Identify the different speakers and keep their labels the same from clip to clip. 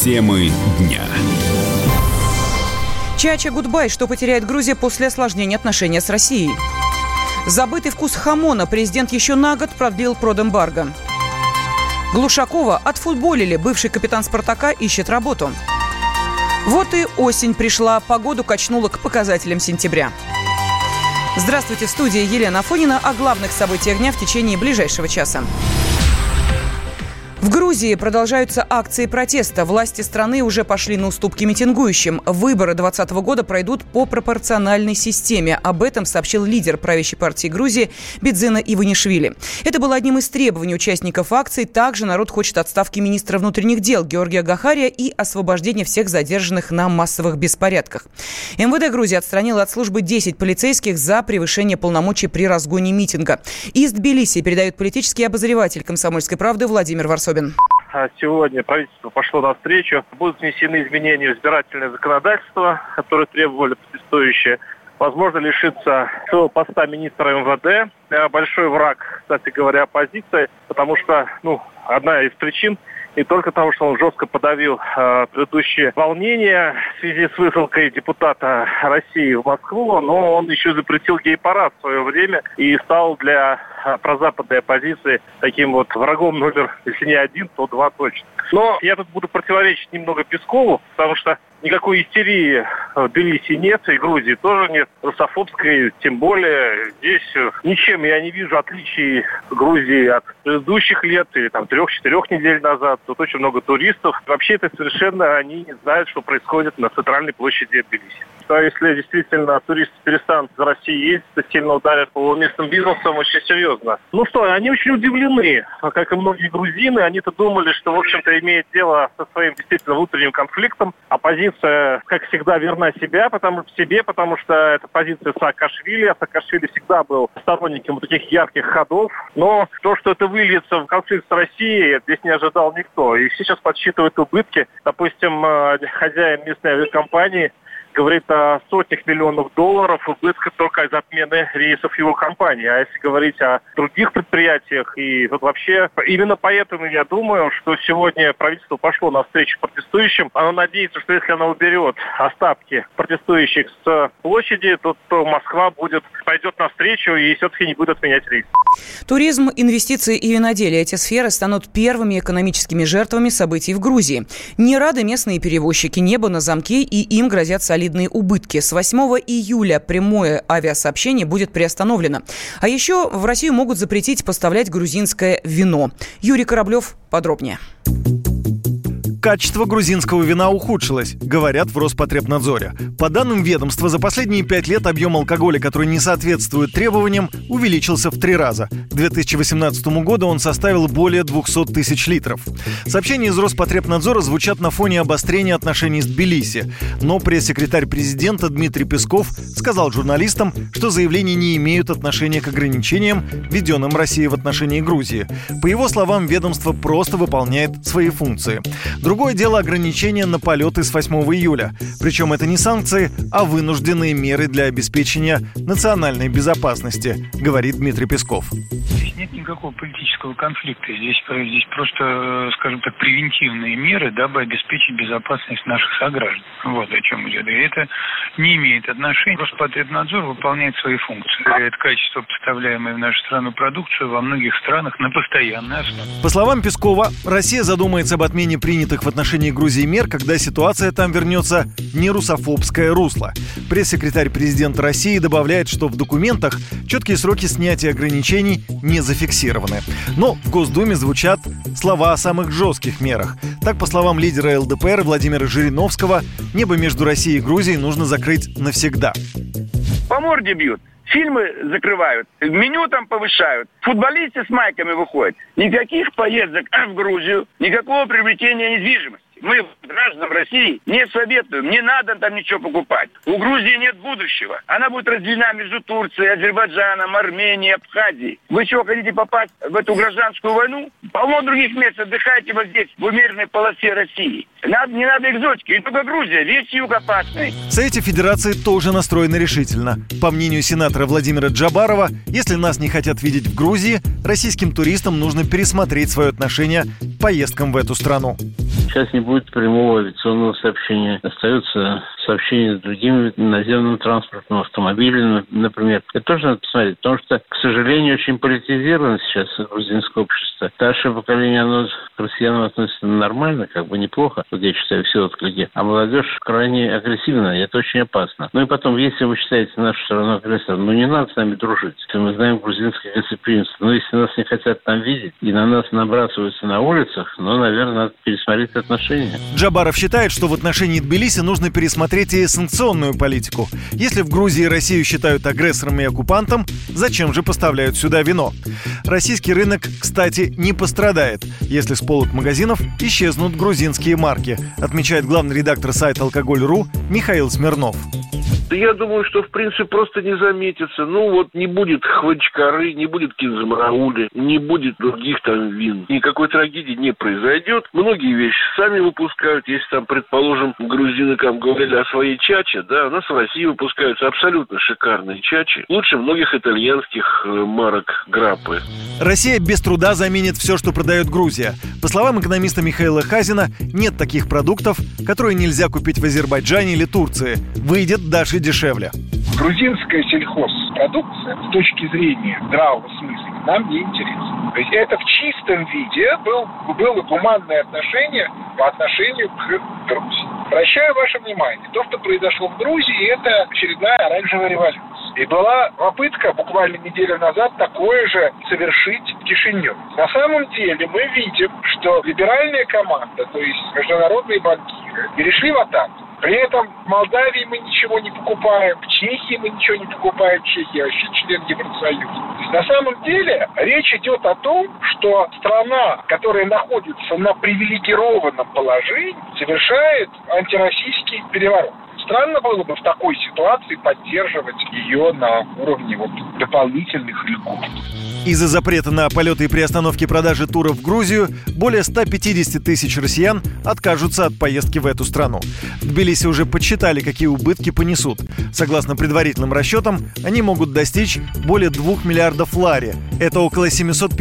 Speaker 1: Темы дня.
Speaker 2: Чача-гудбай, что потеряет Грузия после осложнения отношений с Россией. Забытый вкус хамона президент еще на год продлил продэмбарго. Глушакова отфутболили, бывший капитан «Спартака» ищет работу. Вот и осень пришла, погоду качнуло к показателям сентября. Здравствуйте, в студии Елена Афонина о главных событиях дня в течение ближайшего часа. В Грузии продолжаются акции протеста. Власти страны уже пошли на уступки митингующим. Выборы 2020 года пройдут по пропорциональной системе. Об этом сообщил лидер правящей партии Грузии Бидзина Иванишвили. Это было одним из требований участников акций. Также народ хочет отставки министра внутренних дел Георгия Гахария и освобождения всех задержанных на массовых беспорядках. МВД Грузии отстранило от службы 10 полицейских за превышение полномочий при разгоне митинга. Из Тбилиси передает политический обозреватель «Комсомольской правды» Владимир Варсобин.
Speaker 3: Сегодня правительство пошло навстречу. Будут внесены изменения в избирательное законодательство, которые требовали протестующие. Возможно лишиться своего поста министра МВД. Большой враг, кстати говоря, оппозиции, потому что, одна из причин не только того, что он жестко подавил предыдущие волнения в связи с высылкой депутата России в Москву, но он еще запретил гей-парад в свое время и стал для прозападной оппозиции таким вот врагом номер, если не один, то два точно. Но я тут буду противоречить немного Пескову, потому что никакой истерии в Тбилиси нет, и Грузии тоже нет. Русофобской, тем более, здесь ничем я не вижу отличий Грузии от предыдущих лет, или 3-4 недель назад. Тут очень много туристов. Вообще это совершенно они не знают, что происходит на центральной площади Тбилиси. Если действительно туристы перестанут из России ездить, то сильно ударят по местным бизнесам очень серьезно. Они очень удивлены, как и многие грузины. Они-то думали, что, в общем-то, имеет дело со своим действительно внутренним конфликтом. Оппозиция, как всегда, верна себе, потому что это позиция Саакашвили. А Саакашвили всегда был сторонником таких ярких ходов. Но то, что это выльется в конфликт с Россией, здесь не ожидал никто. И сейчас подсчитывают убытки. Допустим, хозяин местной авиакомпании говорит о сотнях миллионов долларов убытка только из отмены рейсов его компании. А если говорить о других предприятиях, и вообще, именно поэтому я думаю, что сегодня правительство пошло навстречу протестующим. Оно надеется, что если оно уберет остатки протестующих с площади, то Москва пойдет навстречу и все-таки не будет отменять рейс.
Speaker 2: Туризм, инвестиции и виноделие – эти сферы станут первыми экономическими жертвами событий в Грузии. Не рады местные перевозчики, небо на замке, и им грозят солидные убытки. С 8 июля прямое авиасообщение будет приостановлено. А еще в Россию могут запретить поставлять грузинское вино. Юрий Кораблев подробнее.
Speaker 4: Качество грузинского вина ухудшилось, говорят в Роспотребнадзоре. По данным ведомства, за последние 5 лет объем алкоголя, который не соответствует требованиям, увеличился в 3 раза. К 2018 году он составил более 200 тысяч литров. Сообщения из Роспотребнадзора звучат на фоне обострения отношений с Тбилиси. Но пресс-секретарь президента Дмитрий Песков сказал журналистам, что заявления не имеют отношения к ограничениям, введенным Россией в отношении Грузии. По его словам, ведомство просто выполняет свои функции. Другое дело ограничения на полеты с 8 июля. Причем это не санкции, а вынужденные меры для обеспечения национальной безопасности, говорит Дмитрий Песков.
Speaker 5: Здесь нет никакого политического конфликта. Здесь просто, скажем так, превентивные меры, дабы обеспечить безопасность наших сограждан. Вот о чем идет. И это не имеет отношения. Роспотребнадзор выполняет свои функции. Это качество поставляемой в нашу страну продукцию во многих странах на постоянной основе.
Speaker 4: По словам Пескова, Россия задумается об отмене принятых в отношении Грузии мер, когда ситуация там вернется в нерусофобское русло. Пресс-секретарь президента России добавляет, что в документах четкие сроки снятия ограничений не зафиксированы. Но в Госдуме звучат слова о самых жестких мерах. Так, по словам лидера ЛДПР Владимира Жириновского, небо между Россией и Грузией нужно закрыть навсегда.
Speaker 6: По морде бьют. Фильмы закрывают, меню там повышают, футболисты с майками выходят. Никаких поездок в Грузию, никакого приобретения недвижимости. Мы, гражданам России, не советуем, не надо там ничего покупать. У Грузии нет будущего. Она будет разделена между Турцией, Азербайджаном, Арменией, Абхазией. Вы что, хотите попасть в эту гражданскую войну? Полно других мест, отдыхайте вот здесь, в умеренной полосе России. Не надо экзотики, и только Грузия, весь юг опасный.
Speaker 4: В Совете Федерации тоже настроены решительно. По мнению сенатора Владимира Джабарова, если нас не хотят видеть в Грузии, российским туристам нужно пересмотреть свое отношение к поездкам в эту страну.
Speaker 1: Сейчас не будет прямого авиационного сообщения. Остается сообщение с другими наземным транспортом, автомобилями, например. Это тоже надо посмотреть, потому что, к сожалению, очень политизировано сейчас грузинское общество. Старшее поколение, оно к россиянам относится нормально, неплохо, я считаю, все отклики. А молодежь крайне агрессивна, и это очень опасно. И потом, если вы считаете нашу страну агрессором, не надо с нами дружить. Мы знаем грузинское гостеприимство. Но если нас не хотят там видеть и на нас набрасываются на улицах, наверное, надо пересмотреть отношения.
Speaker 4: Джабаров считает, что в отношении Тбилиси нужно пересмотреть и санкционную политику. Если в Грузии Россию считают агрессором и оккупантом, зачем же поставляют сюда вино? Российский рынок, кстати, не пострадает, если с полок магазинов исчезнут грузинские марки, отмечает главный редактор сайта «Алкоголь.ру» Михаил Смирнов.
Speaker 7: Да я думаю, что в принципе просто не заметится. Не будет Хванчкары, не будет Кинзмараули, не будет других там вин. Никакой трагедии не произойдет. Многие вещи сами выпускают. Если там, предположим, грузины говорили о своей чаче, у нас в России выпускаются абсолютно шикарные чачи. Лучше многих итальянских марок граппы.
Speaker 4: Россия без труда заменит все, что продает Грузия. По словам экономиста Михаила Хазина, нет таких продуктов, которые нельзя купить в Азербайджане или Турции. Выйдет даже дешевле.
Speaker 8: Грузинская сельхозпродукция с точки зрения здравого смысла нам не интересна. То есть это в чистом виде было гуманное отношение по отношению к Грузии. Обращаю ваше внимание, то, что произошло в Грузии, это очередная оранжевая революция. И была попытка буквально неделю назад такое же совершить в Кишиневе. На самом деле мы видим, что либеральная команда, то есть международные банкиры, перешли в атаку. При этом в Молдавии мы ничего не покупаем, в Чехии мы ничего не покупаем, Чехия вообще член Евросоюза. То есть на самом деле речь идет о том, что страна, которая находится на привилегированном положении, совершает антироссийский переворот. Странно было бы в такой ситуации поддерживать ее на уровне дополнительных льгот.
Speaker 4: Из-за запрета на полеты и приостановки продажи туров в Грузию более 150 тысяч россиян откажутся от поездки в эту страну. В Тбилиси уже подсчитали, какие убытки понесут. Согласно предварительным расчетам, они могут достичь более 2 миллиардов лари. Это около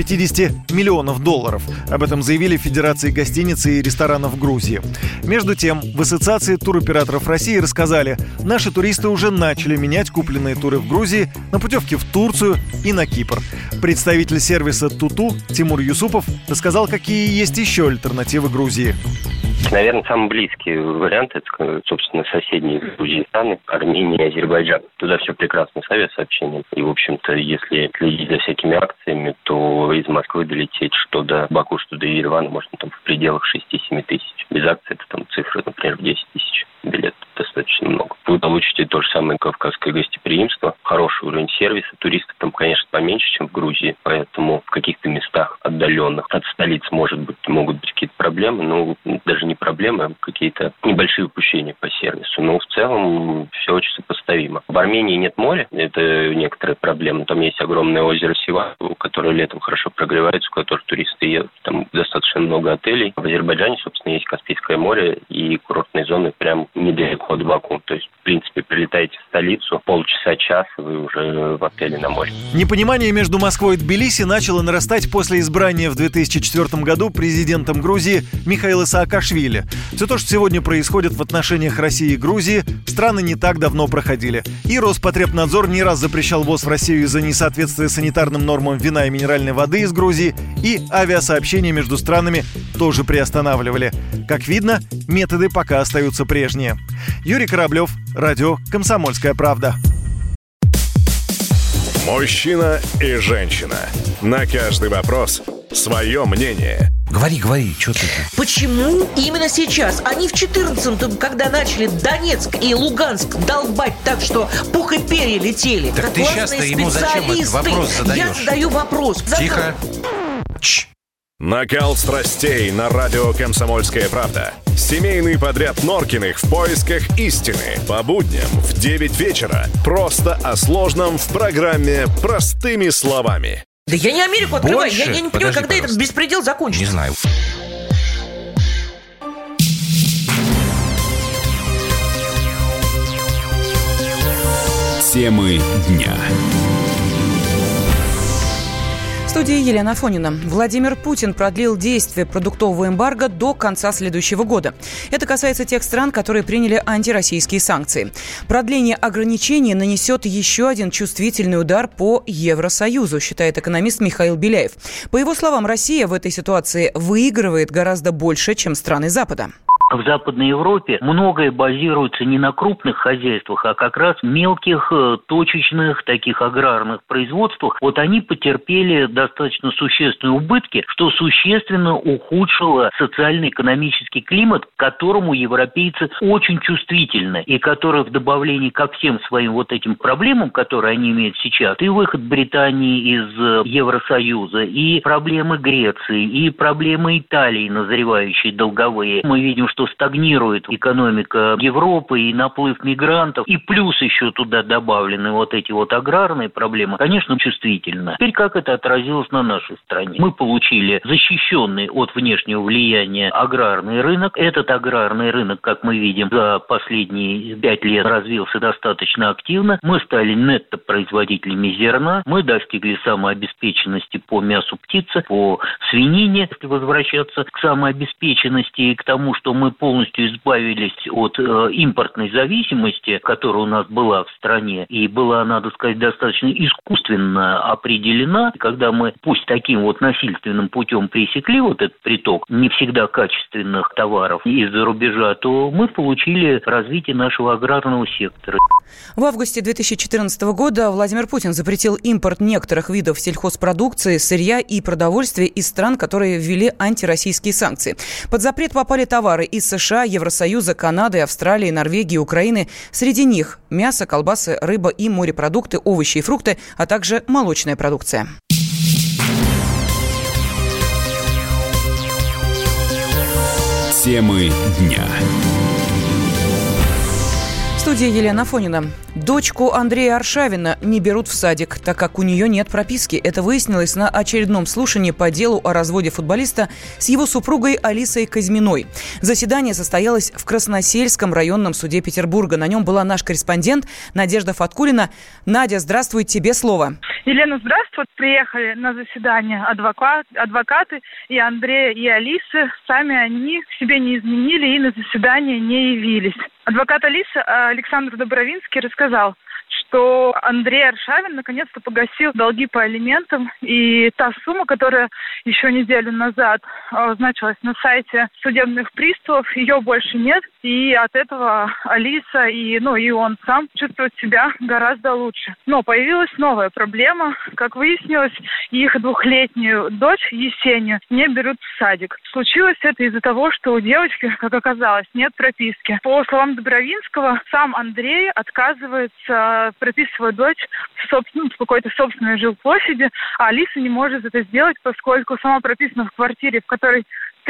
Speaker 4: 750 миллионов долларов. Об этом заявили в Федерации гостиниц и ресторанов Грузии. Между тем, в Ассоциации туроператоров России рассказали, наши туристы уже начали менять купленные туры в Грузии на путевки в Турцию и на Кипр. Представитель сервиса «Туту» Тимур Юсупов рассказал, какие есть еще альтернативы Грузии.
Speaker 9: Наверное, самый близкий вариант – это, собственно, соседние Грузии страны, Армения и Азербайджан. Туда все прекрасно с авиасообщением. И, в общем-то, если следить за всякими акциями, то из Москвы долететь что до Баку, что до Еревана можно там в пределах 6-7 тысяч. Без акций это там цифры, например, в 10 тысяч. Билет достаточно много. Вы получите то же самое кавказское гостеприимство, хороший уровень сервиса. Туристов там, конечно, поменьше, чем в Грузии, поэтому в каких-то местах отдаленных от столиц могут быть какие-то проблемы, но даже не проблемы, а какие-то небольшие упущения по сервису. Но в целом все очень сопоставимо. В Армении нет моря, это некоторая проблема. Там есть огромное озеро Сивас, которое летом хорошо прогревается, в которое туристы едут. Там достаточно много отелей. В Азербайджане, собственно, есть Каспийское море и курортные зоны прям недалеко от Баку. То есть, в принципе, прилетаете в столицу, полчаса-час, вы уже в отеле на море.
Speaker 4: Непонимание между Москвой и Тбилиси начало нарастать после избрания в 2004 году президентом Грузии Михаила Саакашвили. Все то, что сегодня происходит в отношениях России и Грузии, страны не так давно проходили. И Роспотребнадзор не раз запрещал ввоз в Россию из-за несоответствия санитарным нормам вина и минеральной воды из Грузии, и авиасообщения между странами тоже приостанавливали. Как видно, методы пока остаются прежние. Юрий Кораблев, радио «Комсомольская правда».
Speaker 10: Мужчина и женщина. На каждый вопрос свое мнение.
Speaker 11: Говори, что ты?
Speaker 12: Почему именно сейчас? Они в 14-м, когда начали Донецк и Луганск долбать так, что пух и перья летели.
Speaker 11: Так ты сейчас-то ему зачем этот вопрос задаешь?
Speaker 12: Я задаю вопрос.
Speaker 11: Тихо.
Speaker 10: Накал страстей на радио «Комсомольская правда». Семейный подряд Норкиных в поисках истины. По будням в 9 вечера. Просто о сложном в программе «Простыми словами».
Speaker 12: Да я не Америку открываю. Я не понимаю, когда этот беспредел закончится.
Speaker 11: Не знаю.
Speaker 13: Темы дня.
Speaker 2: В студии Елена Афонина. Владимир Путин продлил действие продуктового эмбарго до конца следующего года. Это касается тех стран, которые приняли антироссийские санкции. Продление ограничений нанесет еще один чувствительный удар по Евросоюзу, считает экономист Михаил Беляев. По его словам, Россия в этой ситуации выигрывает гораздо больше, чем страны Запада.
Speaker 13: В Западной Европе многое базируется не на крупных хозяйствах, а как раз мелких, точечных, таких аграрных производствах. Вот они потерпели достаточно существенные убытки, что существенно ухудшило социально-экономический климат, к которому европейцы очень чувствительны, и который в добавлении ко всем своим вот этим проблемам, которые они имеют сейчас, и выход Британии из Евросоюза, и проблемы Греции, и проблемы Италии, назревающие долговые. Мы видим, что стагнирует экономика Европы и наплыв мигрантов, и плюс еще туда добавлены вот эти вот аграрные проблемы, конечно, чувствительно. Теперь как это отразилось на нашей стране? Мы получили защищенный от внешнего влияния аграрный рынок. Этот аграрный рынок, как мы видим, за последние 5 лет развился достаточно активно. Мы стали нетто-производителями зерна, мы достигли самообеспеченности по мясу птицы, по свинине, если возвращаться к самообеспеченности и к тому, что мы полностью избавились от импортной зависимости, которая у нас была в стране, и была, надо сказать, достаточно искусственно определена. Когда мы, пусть таким вот насильственным путем пресекли вот этот приток не всегда качественных товаров из-за рубежа, то мы получили развитие нашего аграрного сектора.
Speaker 2: В августе 2014 года Владимир Путин запретил импорт некоторых видов сельхозпродукции, сырья и продовольствия из стран, которые ввели антироссийские санкции. Под запрет попали товары из США, Евросоюза, Канады, Австралии, Норвегии, Украины. Среди них мясо, колбасы, рыба и морепродукты, овощи и фрукты, а также молочная продукция.
Speaker 10: Темы дня.
Speaker 2: Студия Елена Афонина. Дочку Андрея Аршавина не берут в садик, так как у нее нет прописки. Это выяснилось на очередном слушании по делу о разводе футболиста с его супругой Алисой Казьминой. Заседание состоялось в Красносельском районном суде Петербурга. На нем была наш корреспондент Надежда Фаткулина. Надя, здравствуй, тебе слово.
Speaker 14: Елена, здравствуй. Приехали на заседание адвокаты и Андрея, и Алисы. Сами они к себе не изменили и на заседание не явились. Адвокат Алисы Александр Добровинский рассказал, что Андрей Аршавин наконец-то погасил долги по алиментам, и та сумма, которая еще неделю назад значилась на сайте судебных приставов, ее больше нет, и от этого Алиса и он сам чувствуют себя гораздо лучше. Но появилась новая проблема. Как выяснилось, их 2-летнюю дочь Есению не берут в садик. Случилось это из-за того, что у девочки, как оказалось, нет прописки. По словам Добровинского, сам Андрей отказывается прописывать дочь в какой-то собственной жилплощади, а Алиса не может это сделать, поскольку сама прописана в квартире, в которой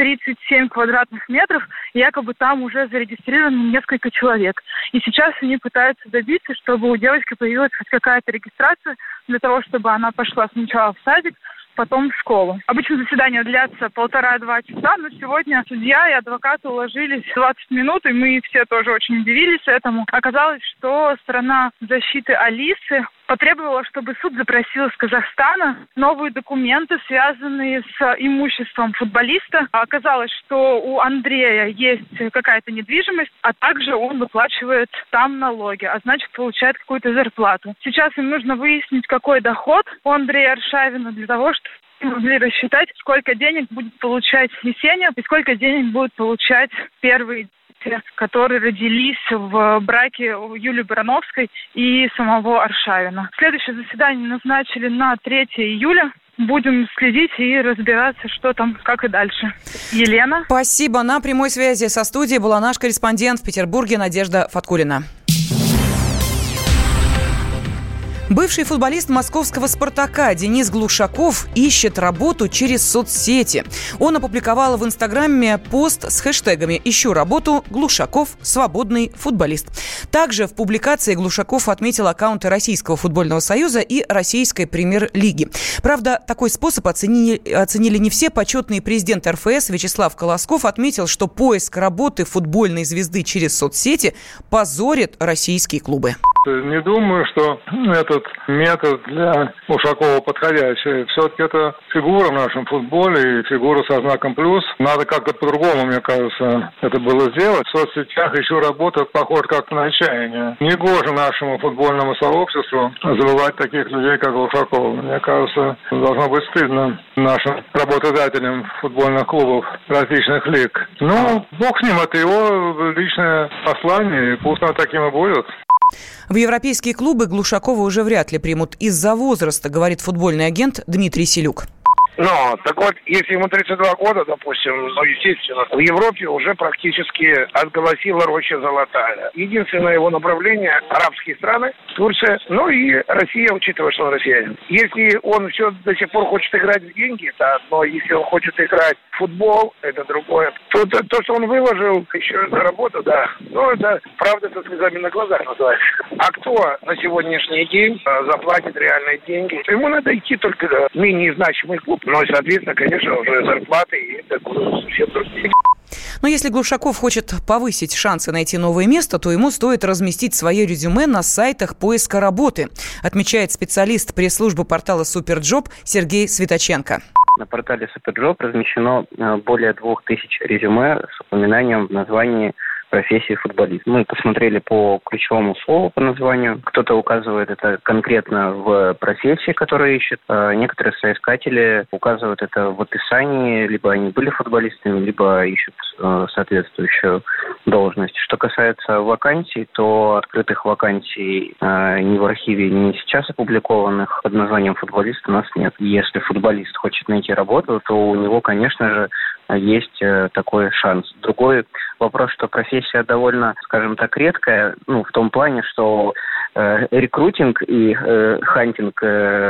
Speaker 14: 37 квадратных метров, и якобы там уже зарегистрировано несколько человек. И сейчас они пытаются добиться, чтобы у девочки появилась хоть какая-то регистрация для того, чтобы она пошла сначала в садик, потом в школу. Обычно заседания длятся 1,5-2 часа, но сегодня судья и адвокаты уложились 20 минут, и мы все тоже очень удивились этому. Оказалось, что сторона защиты Алисы потребовала, чтобы суд запросил из Казахстана новые документы, связанные с имуществом футболиста. Оказалось, что у Андрея есть какая-то недвижимость, а также он выплачивает там налоги, а значит, получает какую-то зарплату. Сейчас им нужно выяснить, какой доход у Андрея Аршавина для того, чтобы могли рассчитать, сколько денег будет получать Есения и сколько денег будет получать первые дети, которые родились в браке у Юлии Барановской и самого Аршавина. Следующее заседание назначили на 3 июля. Будем следить и разбираться, что там, как и дальше. Елена.
Speaker 2: Спасибо. На прямой связи со студией была наш корреспондент в Петербурге Надежда Фаткулина. Бывший футболист московского «Спартака» Денис Глушаков ищет работу через соцсети. Он опубликовал в Инстаграме пост с хэштегами «Ищу работу, Глушаков, свободный футболист». Также в публикации Глушаков отметил аккаунты Российского футбольного союза и Российской премьер-лиги. Правда, такой способ оценили не все. Почетный президент РФС Вячеслав Колосков отметил, что поиск работы футбольной звезды через соцсети позорит российские клубы.
Speaker 15: Не думаю, что этот метод для Глушакова подходящий. Все-таки это фигура в нашем футболе и фигура со знаком плюс. Надо как-то по-другому, мне кажется, это было сделать. В соцсетях еще работает, похоже, как на отчаяние. Негоже нашему футбольному сообществу забывать таких людей, как Глушаков. Мне кажется, должно быть стыдно нашим работодателям футбольных клубов различных лиг. Ну, бог с ним, это его личное послание, и пусть оно таким и будет.
Speaker 2: В европейские клубы Глушакова уже вряд ли примут из-за возраста, говорит футбольный агент Дмитрий Селюк.
Speaker 8: Но, так вот, если ему 32 года, допустим, естественно, в Европе уже практически отголосила роща золотая. Единственное его направление – арабские страны, Турция, ну и Россия, учитывая, что он россиянин. Если он все до сих пор хочет играть в деньги, это одно. Если он хочет играть в футбол, это другое. То, что он выложил еще на работу, да. Ну, это правда со слезами на глазах называется. А кто на сегодняшний день заплатит реальные деньги? Ему надо идти только в менее значимый клуб. Ну и, соответственно, конечно, уже зарплаты и это совсем другие.
Speaker 2: Но если Глушаков хочет повысить шансы найти новое место, то ему стоит разместить свое резюме на сайтах поиска работы, отмечает специалист пресс-службы портала «Суперджоп» Сергей Светоченко.
Speaker 9: На портале «Суперджоп» размещено более 2000 резюме с упоминанием в названии профессии футболист. Мы посмотрели по ключевому слову по названию. Кто-то указывает это конкретно в профессии, которую ищет. Некоторые соискатели указывают это в описании. Либо они были футболистами, либо ищут соответствующую должность. Что касается вакансий, то открытых вакансий ни в архиве, ни сейчас опубликованных под названием «футболист» у нас нет. Если футболист хочет найти работу, то у него, конечно же, есть такой шанс. Другой вопрос, что профессия довольно, скажем так, редкая, в том плане, что рекрутинг и хантинг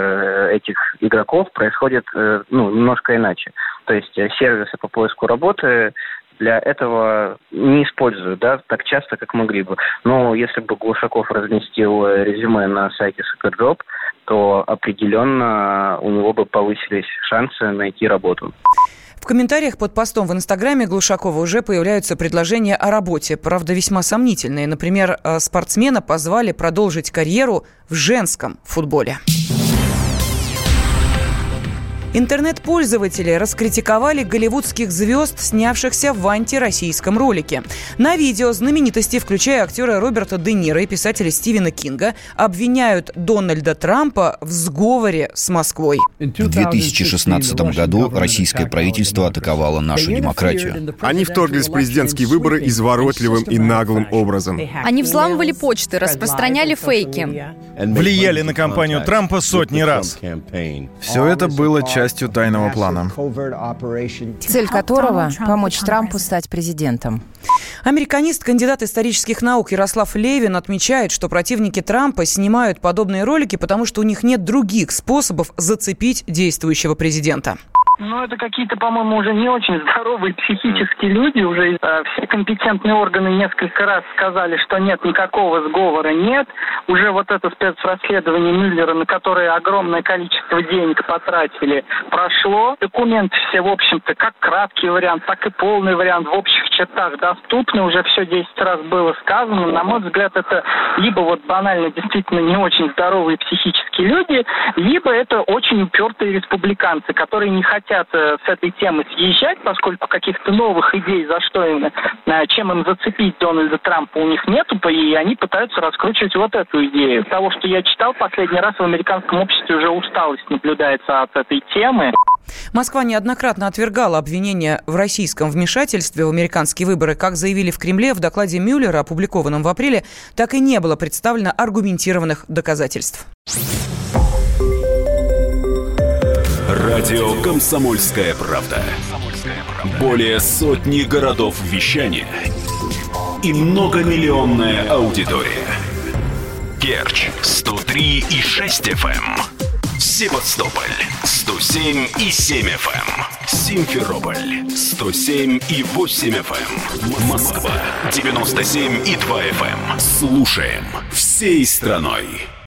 Speaker 9: этих игроков происходит немножко иначе. То есть сервисы по поиску работы для этого не используют, так часто, как могли бы. Но если бы Глушаков разместил резюме на сайте Суперджоп, то определенно у него бы повысились шансы найти работу.
Speaker 2: В комментариях под постом в Инстаграме Глушакова уже появляются предложения о работе, правда, весьма сомнительные. Например, спортсмена позвали продолжить карьеру в женском футболе. Интернет-пользователи раскритиковали голливудских звезд, снявшихся в антироссийском ролике. На видео знаменитости, включая актера Роберта Де Ниро и писателя Стивена Кинга, обвиняют Дональда Трампа в сговоре с Москвой.
Speaker 16: В 2016 году российское правительство атаковало нашу демократию.
Speaker 17: Они вторглись в президентские выборы изворотливым и наглым образом.
Speaker 18: Они взламывали почты, распространяли фейки.
Speaker 4: Влияли на кампанию Трампа сотни раз.
Speaker 19: Все это было частью тайного плана,
Speaker 20: цель которого – помочь Трампу стать президентом.
Speaker 2: Американист, кандидат исторических наук Ярослав Левин отмечает, что противники Трампа снимают подобные ролики, потому что у них нет других способов зацепить действующего президента.
Speaker 5: Ну, это какие-то, по-моему, уже не очень здоровые психические люди. Уже все компетентные органы несколько раз сказали, что нет, никакого сговора нет. Уже вот это спецрасследование Мюллера, на которое огромное количество денег потратили, прошло. Документы все, в общем-то, как краткий вариант, так и полный вариант в общих чертах доступны. Уже все 10 раз было сказано. На мой взгляд, это либо вот банально действительно не очень здоровые психические люди, либо это очень упертые республиканцы, которые не хотят с этой темы съезжать, поскольку каких-то новых идей, за что им, чем им зацепить Дональда Трампа, у них нету, и они пытаются раскручивать вот эту идею. Того, что я читал последний раз, в американском обществе уже усталость наблюдается от этой темы.
Speaker 2: Москва неоднократно отвергала обвинения в российском вмешательстве в американские выборы. Как заявили в Кремле, в докладе Мюллера, опубликованном в апреле, так и не было представлено аргументированных доказательств.
Speaker 10: Радио «Комсомольская правда». Более сотни городов вещания и многомиллионная аудитория. Керчь 103,6 FM. Севастополь 107,7 FM. Симферополь 107,8 FM. Москва 97,2 FM. Слушаем всей страной.